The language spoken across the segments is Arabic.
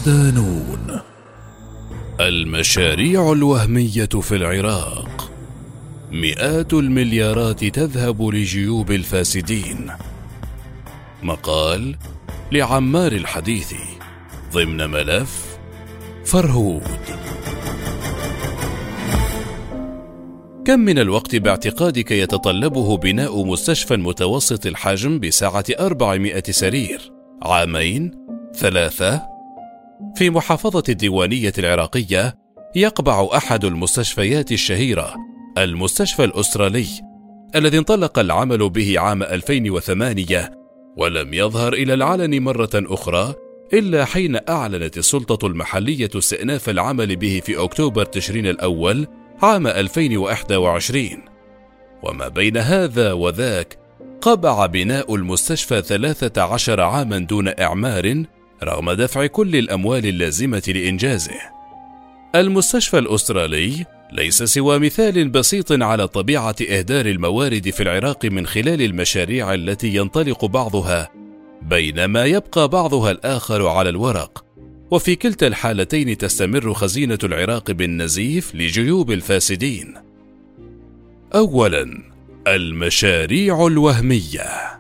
ودانون. المشاريع الوهمية في العراق. مئات المليارات تذهب لجيوب الفاسدين. مقال لعمار الحديثي ضمن ملف فرهود. كم من الوقت باعتقادك يتطلبه بناء مستشفى متوسط الحجم بسعة 400 سرير؟ 2 3؟ في محافظة الديوانية العراقية يقبع أحد المستشفيات الشهيرة، المستشفى الأسترالي، الذي انطلق العمل به عام 2008 ولم يظهر إلى العلن مرة أخرى إلا حين أعلنت السلطة المحلية استئناف العمل به في أكتوبر تشرين الأول عام 2021. وما بين هذا وذاك قبع بناء المستشفى 13 عاما دون إعمار رغم دفع كل الأموال اللازمة لإنجازه. المستشفى الأسترالي ليس سوى مثال بسيط على طبيعة إهدار الموارد في العراق من خلال المشاريع التي ينطلق بعضها بينما يبقى بعضها الآخر على الورق، وفي كلتا الحالتين تستمر خزينة العراق بالنزيف لجيوب الفاسدين. أولا، المشاريع الوهمية.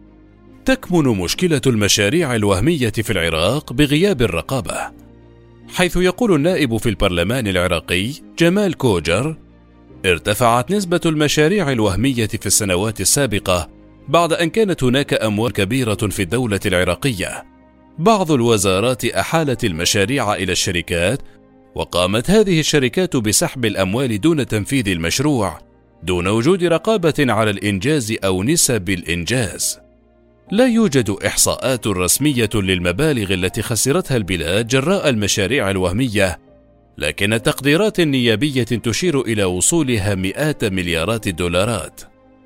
تكمن مشكلة المشاريع الوهمية في العراق بغياب الرقابة، حيث يقول النائب في البرلمان العراقي جمال كوجر: ارتفعت نسبة المشاريع الوهمية في السنوات السابقة بعد أن كانت هناك أموال كبيرة في الدولة العراقية. بعض الوزارات أحالت المشاريع إلى الشركات، وقامت هذه الشركات بسحب الأموال دون تنفيذ المشروع، دون وجود رقابة على الإنجاز أو نسب الإنجاز. لا يوجد إحصاءات رسمية للمبالغ التي خسرتها البلاد جراء المشاريع الوهمية، لكن تقديرات نيابية تشير إلى وصولها مئات مليارات الدولارات.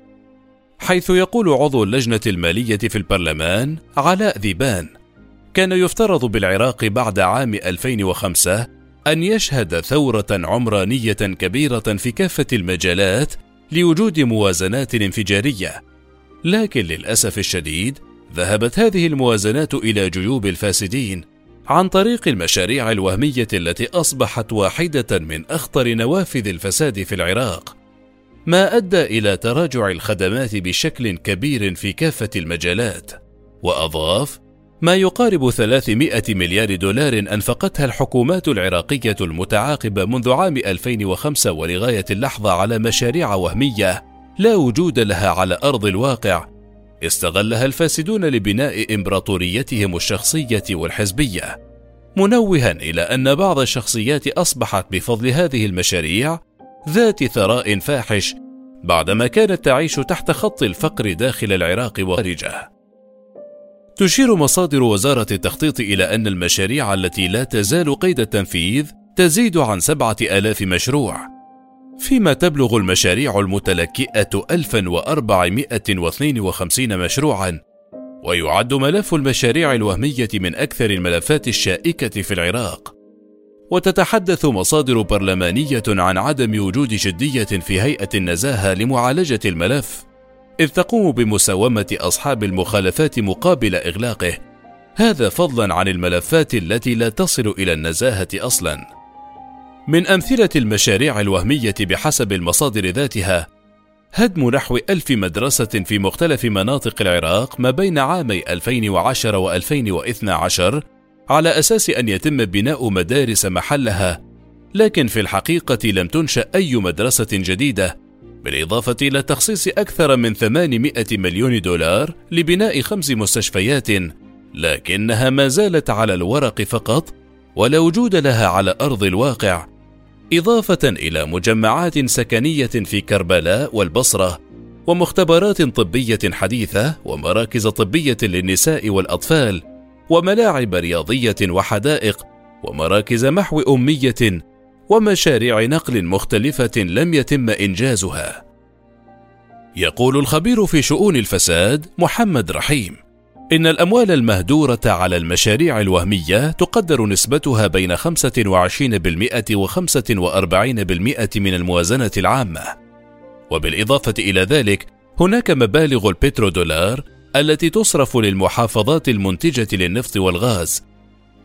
حيث يقول عضو اللجنة المالية في البرلمان علاء ذيبان: كان يفترض بالعراق بعد عام 2005 أن يشهد ثورة عمرانية كبيرة في كافة المجالات لوجود موازنات انفجارية، لكن للأسف الشديد ذهبت هذه الموازنات إلى جيوب الفاسدين عن طريق المشاريع الوهمية التي أصبحت واحدة من أخطر نوافذ الفساد في العراق، ما أدى إلى تراجع الخدمات بشكل كبير في كافة المجالات. وأضاف: ما يقارب 300 مليار دولار أنفقتها الحكومات العراقية المتعاقبة منذ عام 2005 ولغاية اللحظة على مشاريع وهمية لا وجود لها على أرض الواقع، استغلها الفاسدون لبناء إمبراطوريتهم الشخصية والحزبية، منوها إلى أن بعض الشخصيات أصبحت بفضل هذه المشاريع ذات ثراء فاحش بعدما كانت تعيش تحت خط الفقر داخل العراق وخارجه. تشير مصادر وزارة التخطيط إلى أن المشاريع التي لا تزال قيد التنفيذ تزيد عن 7000 مشروع، فيما تبلغ المشاريع المتلكئة 1452 مشروعا. ويعد ملف المشاريع الوهمية من أكثر الملفات الشائكة في العراق. وتتحدث مصادر برلمانية عن عدم وجود جدية في هيئة النزاهة لمعالجة الملف، إذ تقوم بمساومة أصحاب المخالفات مقابل إغلاقه، هذا فضلا عن الملفات التي لا تصل إلى النزاهة أصلا. من أمثلة المشاريع الوهمية بحسب المصادر ذاتها هدم نحو 1000 مدرسة في مختلف مناطق العراق ما بين عامي 2010 و2012 على أساس أن يتم بناء مدارس محلها، لكن في الحقيقة لم تنشأ أي مدرسة جديدة، بالإضافة إلى تخصيص أكثر من 800 مليون دولار لبناء 5 مستشفيات، لكنها ما زالت على الورق فقط ولا وجود لها على أرض الواقع، إضافة إلى مجمعات سكنية في كربلاء والبصرة، ومختبرات طبية حديثة، ومراكز طبية للنساء والأطفال، وملاعب رياضية وحدائق، ومراكز محو أمية، ومشاريع نقل مختلفة لم يتم إنجازها. يقول الخبير في شؤون الفساد محمد رحيم إن الأموال المهدورة على المشاريع الوهمية تقدر نسبتها بين 25% و45% من الموازنة العامة. وبالإضافة إلى ذلك هناك مبالغ البترودولار التي تصرف للمحافظات المنتجة للنفط والغاز،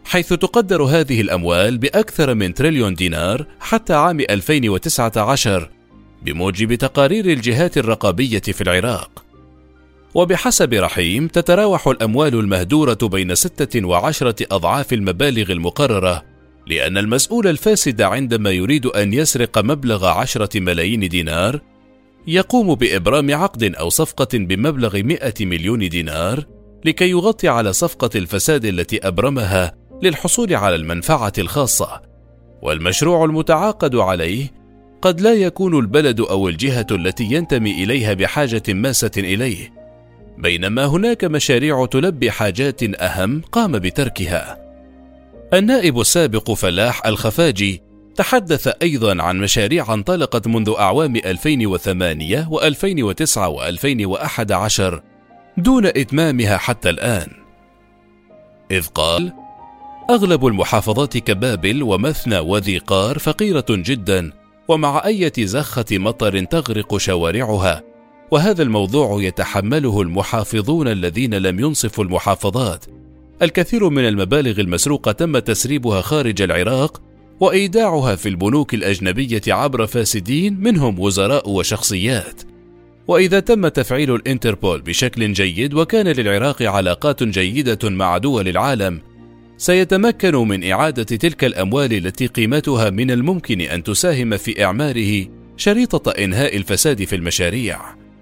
حيث تقدر هذه الأموال بأكثر من تريليون دينار حتى عام 2019 بموجب تقارير الجهات الرقابية في العراق. وبحسب رحيم تتراوح الأموال المهدورة بين 6 و10 أضعاف المبالغ المقررة، لأن المسؤول الفاسد عندما يريد أن يسرق مبلغ 10 ملايين دينار يقوم بإبرام عقد أو صفقة بمبلغ 100 مليون دينار لكي يغطي على صفقة الفساد التي أبرمها للحصول على المنفعة الخاصة، والمشروع المتعاقد عليه قد لا يكون البلد أو الجهة التي ينتمي إليها بحاجة ماسة إليه، بينما هناك مشاريع تلبي حاجات أهم قام بتركها. النائب السابق فلاح الخفاجي تحدث أيضا عن مشاريع انطلقت منذ أعوام 2008 و2009 و2011 دون إتمامها حتى الآن، إذ قال: أغلب المحافظات كبابل ومثنى وذي قار فقيرة جدا، ومع أي زخة مطر تغرق شوارعها، وهذا الموضوع يتحمله المحافظون الذين لم ينصفوا المحافظات. الكثير من المبالغ المسروقة تم تسريبها خارج العراق وإيداعها في البنوك الأجنبية عبر فاسدين منهم وزراء وشخصيات. وإذا تم تفعيل الإنتربول بشكل جيد وكان للعراق علاقات جيدة مع دول العالم، سيتمكن من إعادة تلك الأموال التي قيمتها من الممكن أن تساهم في إعماره شريطة إنهاء الفساد في المشاريع.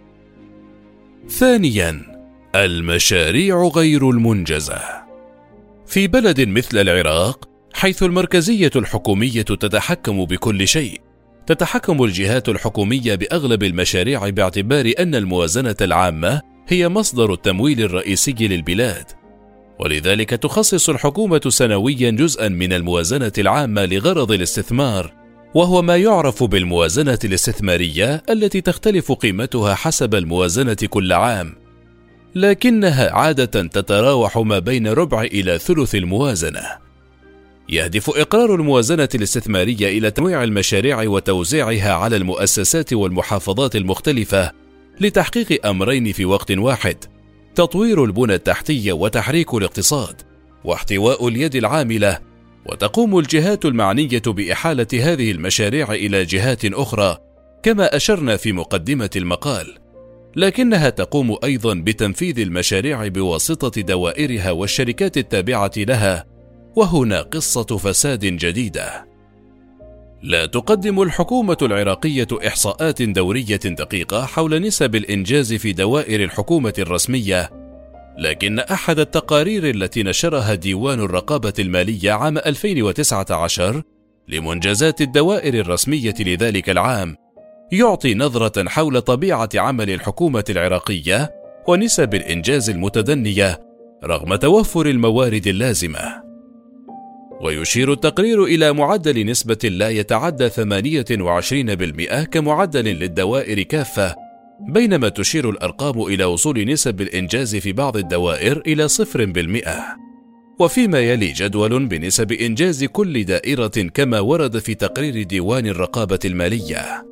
ثانيا، المشاريع غير المنجزة. في بلد مثل العراق حيث المركزية الحكومية تتحكم بكل شيء، تتحكم الجهات الحكومية بأغلب المشاريع باعتبار أن الموازنة العامة هي مصدر التمويل الرئيسي للبلاد، ولذلك تخصص الحكومة سنويا جزءا من الموازنة العامة لغرض الاستثمار، وهو ما يعرف بالموازنة الاستثمارية التي تختلف قيمتها حسب الموازنة كل عام، لكنها عادة تتراوح ما بين ربع إلى ثلث الموازنة. يهدف إقرار الموازنة الاستثمارية إلى تنويع المشاريع وتوزيعها على المؤسسات والمحافظات المختلفة لتحقيق أمرين في وقت واحد: تطوير البنى التحتية وتحريك الاقتصاد، واحتواء اليد العاملة. وتقوم الجهات المعنية بإحالة هذه المشاريع إلى جهات أخرى كما أشرنا في مقدمة المقال، لكنها تقوم أيضا بتنفيذ المشاريع بواسطة دوائرها والشركات التابعة لها، وهنا قصة فساد جديدة. لا تقدم الحكومة العراقية إحصاءات دورية دقيقة حول نسب الإنجاز في دوائر الحكومة الرسمية، لكن أحد التقارير التي نشرها ديوان الرقابة المالية عام 2019 لمنجزات الدوائر الرسمية لذلك العام يعطي نظرة حول طبيعة عمل الحكومة العراقية ونسب الإنجاز المتدنية رغم توفر الموارد اللازمة. ويشير التقرير إلى معدل نسبة لا يتعدى 28% كمعدل للدوائر كافة، بينما تشير الأرقام إلى وصول نسب الإنجاز في بعض الدوائر إلى 0%. وفيما يلي جدول بنسب إنجاز كل دائرة كما ورد في تقرير ديوان الرقابة المالية.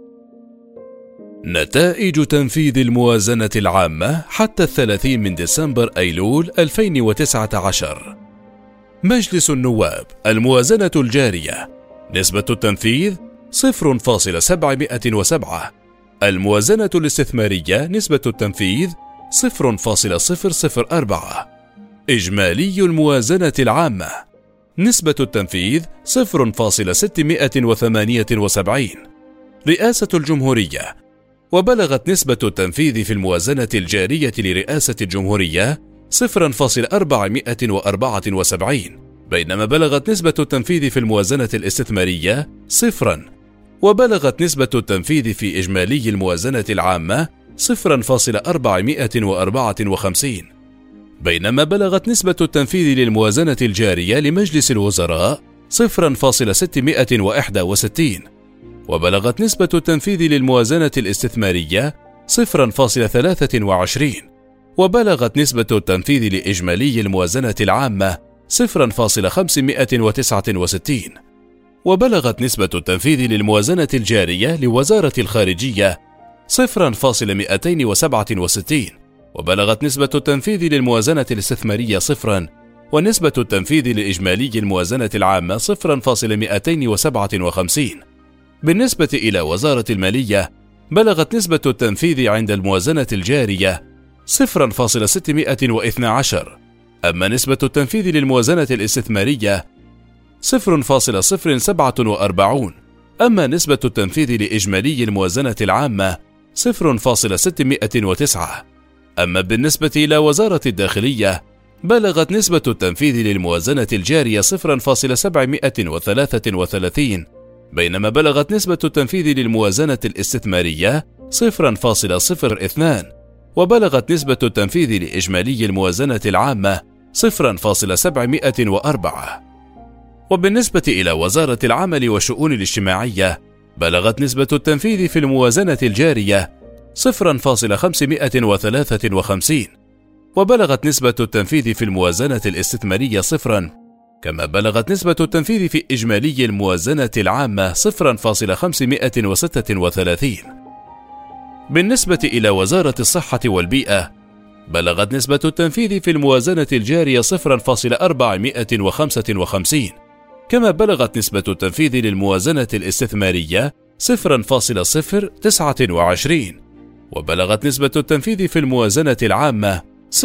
نتائج تنفيذ الموازنة العامة حتى 30 من ديسمبر أيلول 2019. مجلس النواب: الموازنة الجارية نسبة التنفيذ 0.707. الموازنة الاستثمارية نسبة التنفيذ 0.004. إجمالي الموازنة العامة نسبة التنفيذ 0.678. رئاسة الجمهورية: وبلغت نسبة التنفيذ في الموازنة الجارية لرئاسة الجمهورية 0.474، بينما بلغت نسبة التنفيذ في الموازنة الاستثمارية 0، وبلغت نسبة التنفيذ في إجمالي الموازنة العامة 0.454، بينما بلغت نسبة التنفيذ للموازنة الجارية لمجلس الوزراء 0.661، وبلغت نسبة التنفيذ للموازنة الاستثمارية 0.23، وبلغت نسبة التنفيذ لإجمالي الموازنة العامة 0.569، وبلغت نسبة التنفيذ للموازنة الجارية لوزارة الخارجية 0.267، وبلغت نسبة التنفيذ للموازنة الاستثمارية 0، ونسبة التنفيذ لإجمالي الموازنة العامة 0.257. بالنسبة إلى وزارة المالية بلغت نسبة التنفيذ عند الموازنة الجارية 0.612، أما نسبة التنفيذ للموازنة الاستثمارية 0.047، أما نسبة التنفيذ لإجمالي الموازنة العامة 0.609. أما بالنسبة إلى وزارة الداخلية بلغت نسبة التنفيذ للموازنة الجارية 0.733، بينما بلغت نسبة التنفيذ للموازنة الاستثمارية 0.02، وبلغت نسبة التنفيذ لإجمالي الموازنة العامة 0.704. وبالنسبة إلى وزارة العمل والشؤون الاجتماعية بلغت نسبة التنفيذ في الموازنة الجارية 0.553، وبلغت نسبة التنفيذ في الموازنة الاستثمارية 0، كما بلغت نسبة التنفيذ في إجمالي الموازنة العامة 0.536. بالنسبة إلى وزارة الصحة والبيئة بلغت نسبة التنفيذ في الموازنة الجارية 0.455، كما بلغت نسبة التنفيذ للموازنة الاستثمارية 0.029، وبلغت نسبة التنفيذ في الموازنة العامة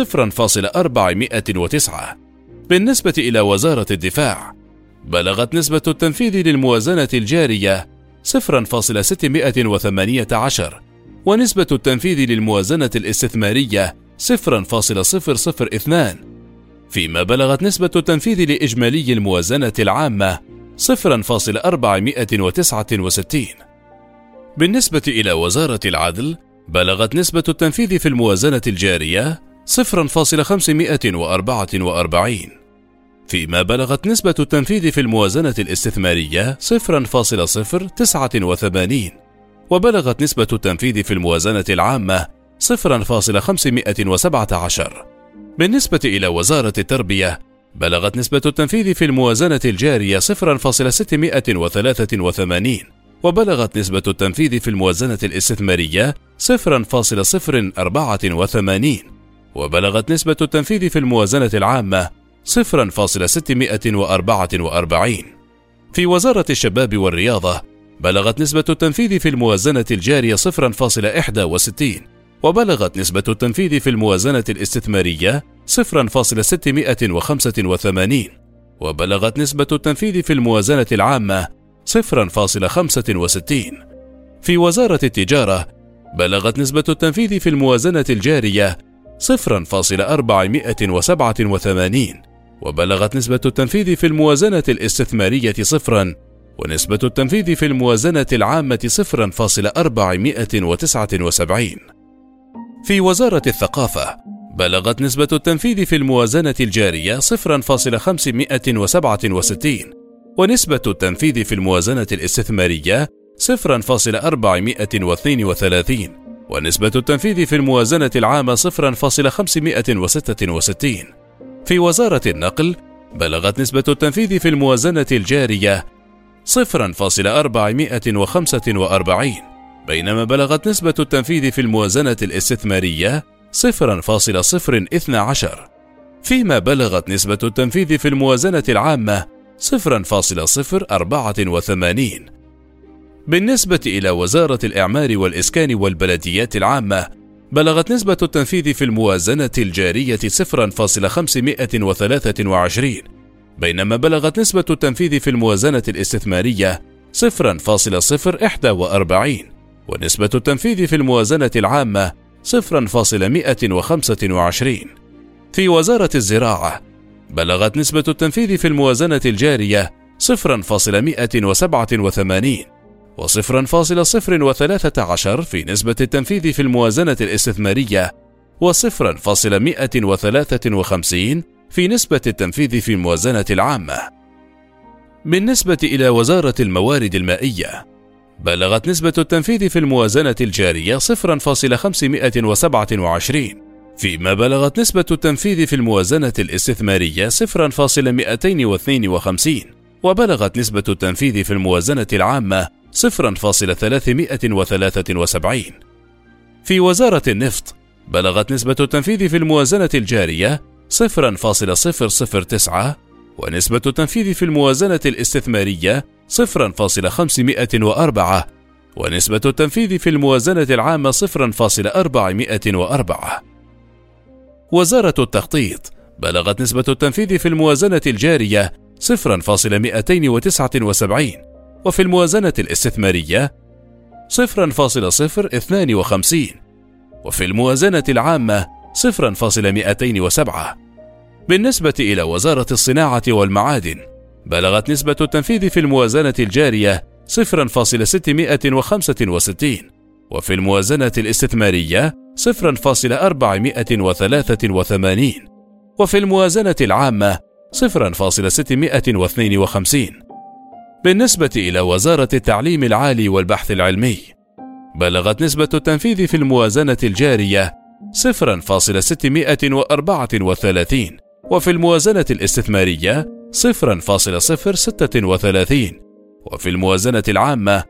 0.409. بالنسبة إلى وزارة الدفاع بلغت نسبة التنفيذ للموازنة الجارية 0.618، ونسبة التنفيذ للموازنة الاستثمارية 0.002، فيما بلغت نسبة التنفيذ لإجمالي الموازنة العامة 0.469. بالنسبة إلى وزارة العدل بلغت نسبة التنفيذ في الموازنة الجارية 0.544، فيما بلغت نسبة التنفيذ في الموازنة الاستثمارية 0.089، وبلغت نسبة التنفيذ في الموازنة العامة 0.517. بالنسبة إلى وزارة التربية بلغت نسبة التنفيذ في الموازنة الجارية 0.683، وبلغت نسبة التنفيذ في الموازنة الاستثمارية 0.084، وبلغت نسبة التنفيذ في الموازنة العامة 0.644. في وزارة الشباب والرياضة بلغت نسبة التنفيذ في الموازنة الجارية 0.61، وبلغت نسبة التنفيذ في الموازنة الاستثمارية 0.685، وبلغت نسبة التنفيذ في الموازنة العامة 0.65. في وزارة التجارة بلغت نسبة التنفيذ في الموازنة الجارية 0.487، وبلغت نسبة التنفيذ في الموازنة الاستثمارية 0، ونسبة التنفيذ في الموازنة العامة 0.479. في وزارة الثقافة بلغت نسبة التنفيذ في الموازنة الجارية 0.567، ونسبة التنفيذ في الموازنة الاستثمارية 0.432، ونسبة التنفيذ في الموازنة العامة 0.566. في وزارة النقل بلغت نسبة التنفيذ في الموازنة الجارية 0.445، بينما بلغت نسبة التنفيذ في الموازنة الاستثمارية 0.012، فيما بلغت نسبة التنفيذ في الموازنة العامة 0.084. بالنسبة إلى وزارة الإعمار والإسكان والبلديات العامة بلغت نسبة التنفيذ في الموازنة الجارية 0.523، بينما بلغت نسبة التنفيذ في الموازنة الاستثمارية 0.041، ونسبة التنفيذ في الموازنة العامة 0.125. في وزارة الزراعة بلغت نسبة التنفيذ في الموازنة الجارية 0.187 و0.013 في نسبة التنفيذ في الموازنة الاستثمارية و0.153 في نسبة التنفيذ في الموازنة العامة. بالنسبة إلى وزارة الموارد المائية بلغت نسبة التنفيذ في الموازنة الجارية 0.527، فيما بلغت نسبة التنفيذ في الموازنة الاستثمارية 0.252، وبلغت نسبة التنفيذ في الموازنة العامة 0.373. في وزارة النفط بلغت نسبة التنفيذ في الموازنة الجارية 0.009، ونسبة التنفيذ في الموازنة الاستثمارية 0.504، ونسبة التنفيذ في الموازنة العامة 0.404. وزارة التخطيط بلغت نسبة التنفيذ في الموازنة الجارية 0.279، وفي الموازنة الاستثمارية 0.052، وفي الموازنة العامة 0.207. بالنسبة إلى وزارة الصناعة والمعادن بلغت نسبة التنفيذ في الموازنة الجارية 0.665، وفي الموازنة الاستثمارية 0.483، وفي الموازنة العامة 0.652. بالنسبة إلى وزارة التعليم العالي والبحث العلمي بلغت نسبة التنفيذ في الموازنة الجارية 0.634، وفي الموازنة الاستثمارية 0.036، وفي الموازنة العامة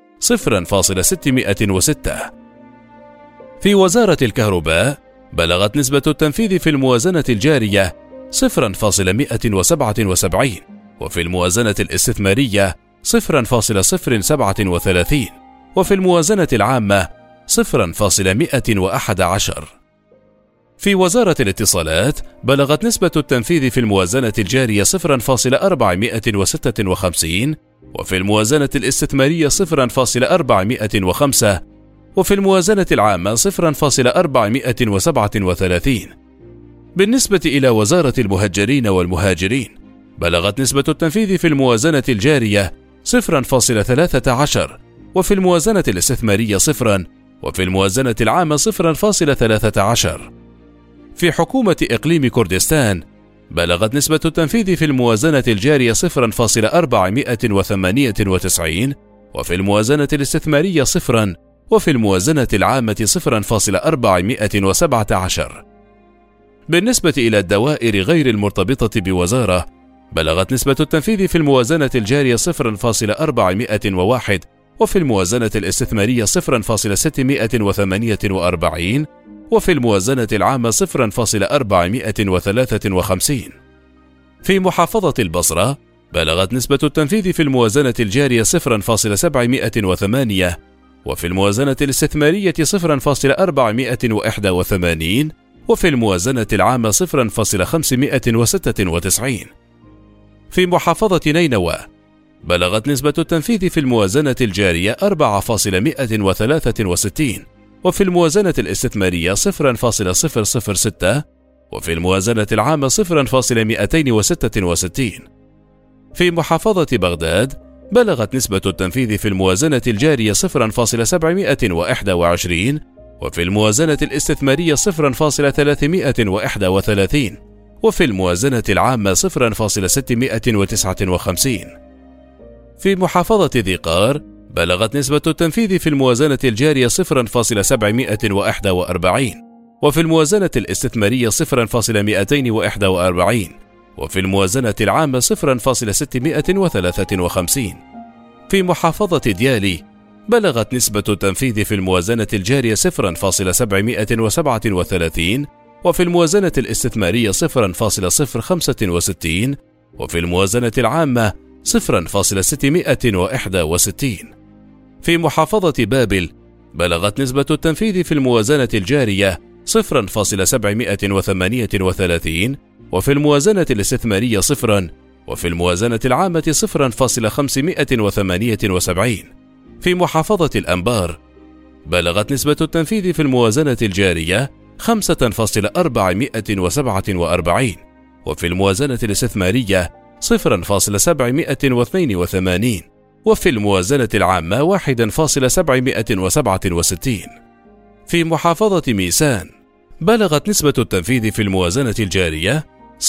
0.606. في وزارة الكهرباء بلغت نسبة التنفيذ في الموازنة الجارية 0.177، وفي الموازنة الاستثمارية 0.037، وفي الموازنة العامة 0.111. في وزارة الاتصالات بلغت نسبة التنفيذ في الموازنة الجارية 0.456، وفي الموازنة الاستثمارية 0.405، وفي الموازنة العامة 0.437. بالنسبة إلى وزارة المهجرين والمهاجرين بلغت نسبة التنفيذ في الموازنة الجارية 0.13، وفي الموازنة الاستثمارية 0، وفي الموازنة العامة 0.13. في حكومة إقليم كردستان بلغت نسبة التنفيذ في الموازنة الجارية 0.498، وفي الموازنة الاستثمارية 0، وفي الموازنة العامة 0.417. بالنسبة إلى الدوائر غير المرتبطة بوزارة بلغت نسبة التنفيذ في الموازنة الجارية 0.401، وفي الموازنة الاستثمارية 0.648، وفي الموازنة العامة 0.453. في محافظة البصرة بلغت نسبة التنفيذ في الموازنة الجارية 0.708، وفي الموازنة الاستثمارية 0.481، وفي الموازنة العامة 0.596. في محافظة نينوى بلغت نسبة التنفيذ في الموازنة الجارية 4.163، وفي الموازنة الاستثمارية 0.006، وفي الموازنة العامة 0.266. في محافظة بغداد بلغت نسبة التنفيذ في الموازنة الجارية 0.721، وفي الموازنة الاستثمارية 0.331، وفي الموازنة العامة 0.659. في محافظة ذي قار بلغت نسبة التنفيذ في الموازنة الجارية 0.741، وفي الموازنة الاستثمارية 0.241، وفي الموازنة العامة 0.653. في محافظة ديالي بلغت نسبة التنفيذ في الموازنة الجارية 0.737، وفي الموازنة الاستثمارية 0.065، وفي الموازنة العامة 0.661. في محافظة بابل بلغت نسبة التنفيذ في الموازنة الجارية 0.738، وفي الموازنة الاستثمارية 0، وفي الموازنة العامة 0.578. في محافظة الأنبار بلغت نسبة التنفيذ في الموازنة الجارية 5.447، وفي الموازنة الاستثمارية 0.782، وفي الموازنة العامة 1.767. في محافظة ميسان بلغت نسبة التنفيذ في الموازنة الجارية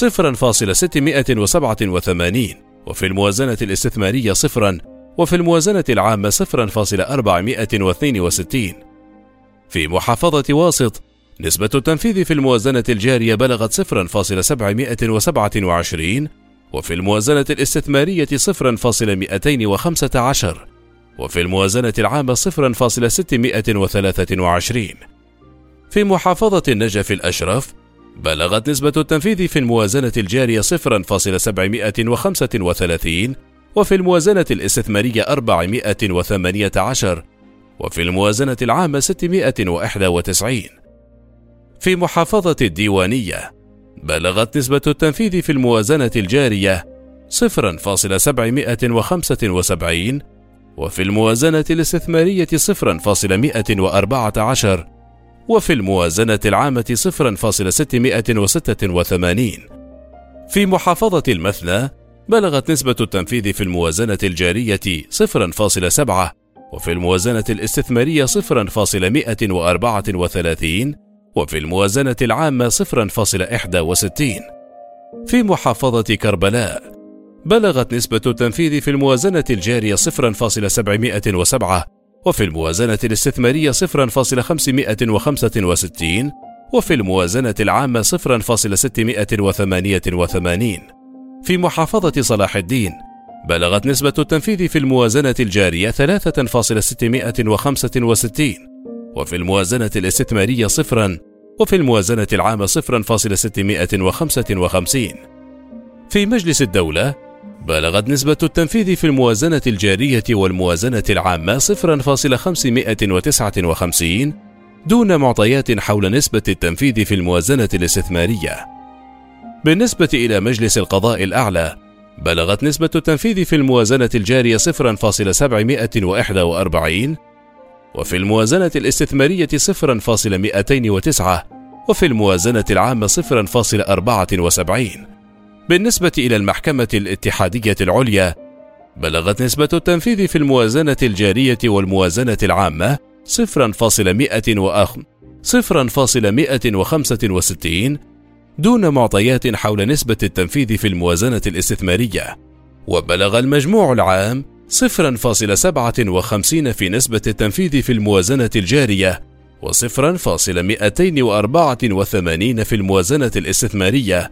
0.687، وفي الموازنة الاستثمارية 0، وفي الموازنة العامة 0.462. في محافظة واسط نسبة التنفيذ في الموازنة الجارية بلغت 0.727، وفي الموازنة الاستثمارية 0.215، وفي الموازنة العامة 0.623. في محافظة النجف الأشرف بلغت نسبة التنفيذ في الموازنة الجارية 0.735، وفي الموازنة الاستثمارية 418، وفي الموازنة العامة 691. في محافظة الديوانية بلغت نسبة التنفيذ في الموازنة الجارية 0.775، وفي الموازنة الاستثمارية 0.114، وفي الموازنة العامة 0.686. في محافظة المثنى بلغت نسبة التنفيذ في الموازنة الجارية 0.7، وفي الموازنة الاستثمارية 0.134، وفي الموازنة العامة 0.61. في محافظة كربلاء بلغت نسبة التنفيذ في الموازنة الجارية 0.707، وفي الموازنة الاستثمارية 0.565، وفي الموازنة العامة 0.688. في محافظة صلاح الدين بلغت نسبة التنفيذ في الموازنة الجارية 3.665، وفي الموازنة الاستثمارية 0، وفي الموازنة العامة 0.655. في مجلس الدولة بلغت نسبة التنفيذ في الموازنة الجارية والموازنة العامة 0.559، دون معطيات حول نسبة التنفيذ في الموازنة الاستثمارية. بالنسبة إلى مجلس القضاء الأعلى بلغت نسبة التنفيذ في الموازنة الجارية 0.741، وفي الموازنة الاستثمارية 0.209، وفي الموازنة العامة 0.74. بالنسبة إلى المحكمة الاتحادية العليا بلغت نسبة التنفيذ في الموازنة الجارية والموازنة العامة 0.165، دون معطيات حول نسبة التنفيذ في الموازنة الاستثمارية. وبلغ المجموع العام 0.57 في نسبة التنفيذ في الموازنة الجارية، و0.284 في الموازنة الاستثمارية،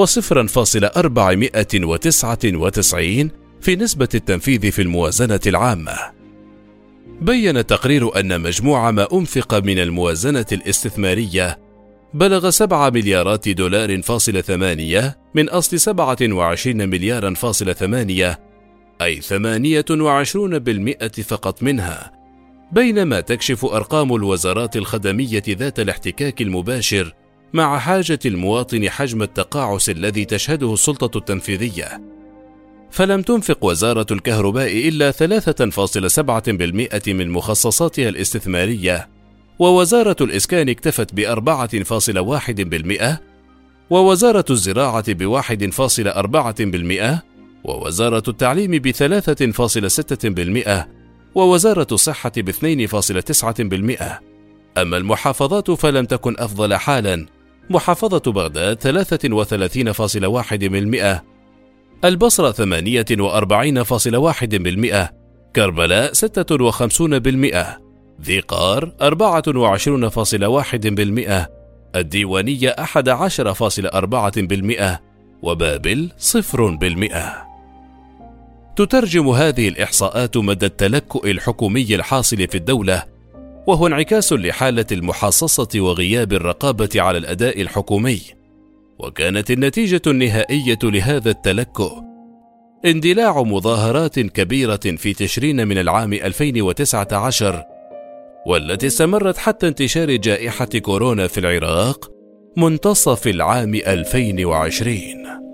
و0.499 في نسبة التنفيذ في الموازنة العامة. بيّن التقرير أن مجموع ما أنفق من الموازنة الاستثمارية بلغ 7 مليارات دولار فاصل 8 من أصل 27 مليارا فاصل 8، أي 28% فقط منها، بينما تكشف أرقام الوزارات الخدمية ذات الاحتكاك المباشر مع حاجة المواطن حجم التقاعس الذي تشهده السلطة التنفيذية. فلم تنفق وزارة الكهرباء إلا 3.7% من مخصصاتها الاستثمارية، ووزارة الإسكان اكتفت ب4.1%، ووزارة الزراعة ب1.4%، ووزارة التعليم ب3.6%، ووزارة الصحة ب2.9%. أما المحافظات فلم تكن أفضل حالا، محافظة بغداد 33.1%، البصرة 48.1%، كربلاء 56%، ذي قار 24.1%، الديوانية 11.4%، وبابل 0%. تترجم هذه الإحصاءات مدى التلكؤ الحكومي الحاصل في الدولة، وهو انعكاس لحالة المحاصصة وغياب الرقابة على الأداء الحكومي. وكانت النتيجة النهائية لهذا التلكؤ اندلاع مظاهرات كبيرة في تشرين من العام 2019، والتي استمرت حتى انتشار جائحة كورونا في العراق منتصف العام 2020.